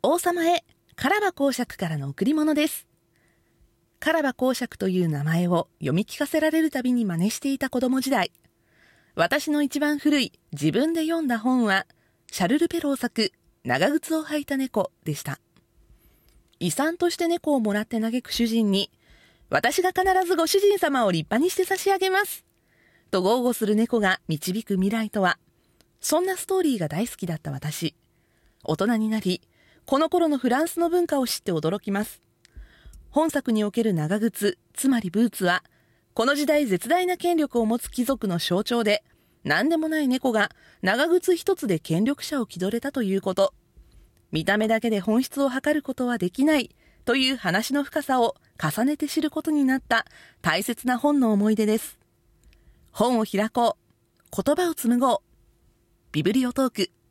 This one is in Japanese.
王様へカラバ公爵からの贈り物です。カラバ公爵という名前を読み聞かせられるたびに真似していた子供時代。私の一番古い自分で読んだ本は、シャルル・ペロー作、長靴を履いた猫でした。遺産として猫をもらって嘆く主人に、私が必ずご主人様を立派にして差し上げます。と豪語する猫が導く未来とは、そんなストーリーが大好きだった私。大人になり、この頃のフランスの文化を知って驚きます。本作における長靴、つまりブーツは、この時代絶大な権力を持つ貴族の象徴で、何でもない猫が長靴一つで権力者を気取れたということ。見た目だけで本質を測ることはできないという話の深さを重ねて知ることになった大切な本の思い出です。本を開こう。言葉を紡ごう。ビブリオトーク。